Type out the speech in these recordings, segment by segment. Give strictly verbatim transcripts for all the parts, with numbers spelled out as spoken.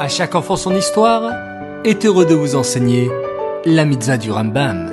À chaque enfant son histoire est heureux de vous enseigner la mitzvah du Rambam.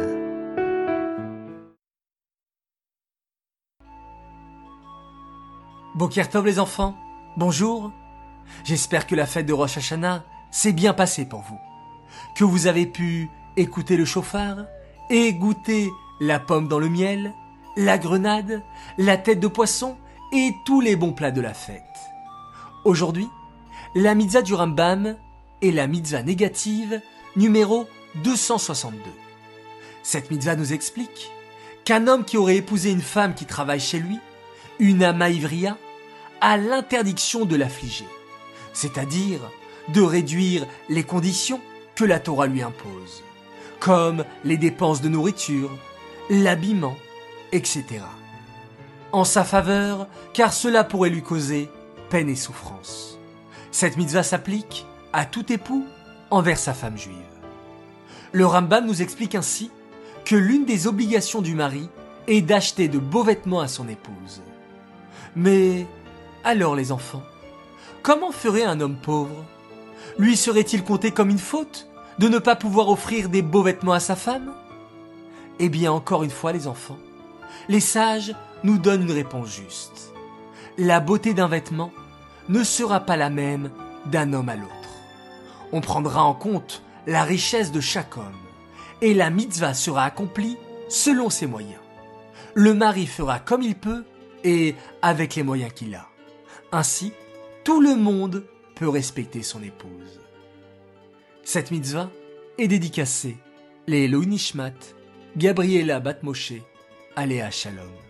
Boker Tov les enfants, bonjour. J'espère que la fête de Rosh Hashanah s'est bien passée pour vous, que vous avez pu écouter le chauffard et goûter la pomme dans le miel, la grenade, la tête de poisson et tous les bons plats de la fête. Aujourd'hui, la mitzvah du Rambam est la mitzvah négative numéro deux cent soixante-deux. Cette mitzvah nous explique qu'un homme qui aurait épousé une femme qui travaille chez lui, une ama ivria, a l'interdiction de l'affliger, c'est-à-dire de réduire les conditions que la Torah lui impose, comme les dépenses de nourriture, l'habillement, et cetera. En sa faveur, car cela pourrait lui causer peine et souffrance. Cette mitzvah s'applique à tout époux envers sa femme juive. Le Rambam nous explique ainsi que l'une des obligations du mari est d'acheter de beaux vêtements à son épouse. Mais alors les enfants, comment ferait un homme pauvre ? Lui serait-il compté comme une faute de ne pas pouvoir offrir des beaux vêtements à sa femme ? Eh bien encore une fois les enfants, les sages nous donnent une réponse juste. La beauté d'un vêtement ne sera pas la même d'un homme à l'autre. On prendra en compte la richesse de chaque homme et la mitzvah sera accomplie selon ses moyens. Le mari fera comme il peut et avec les moyens qu'il a. Ainsi, tout le monde peut respecter son épouse. Cette mitzvah est dédicacée les Elohim Nishmat, Gabriela Bat Moshe, Aléa Shalom.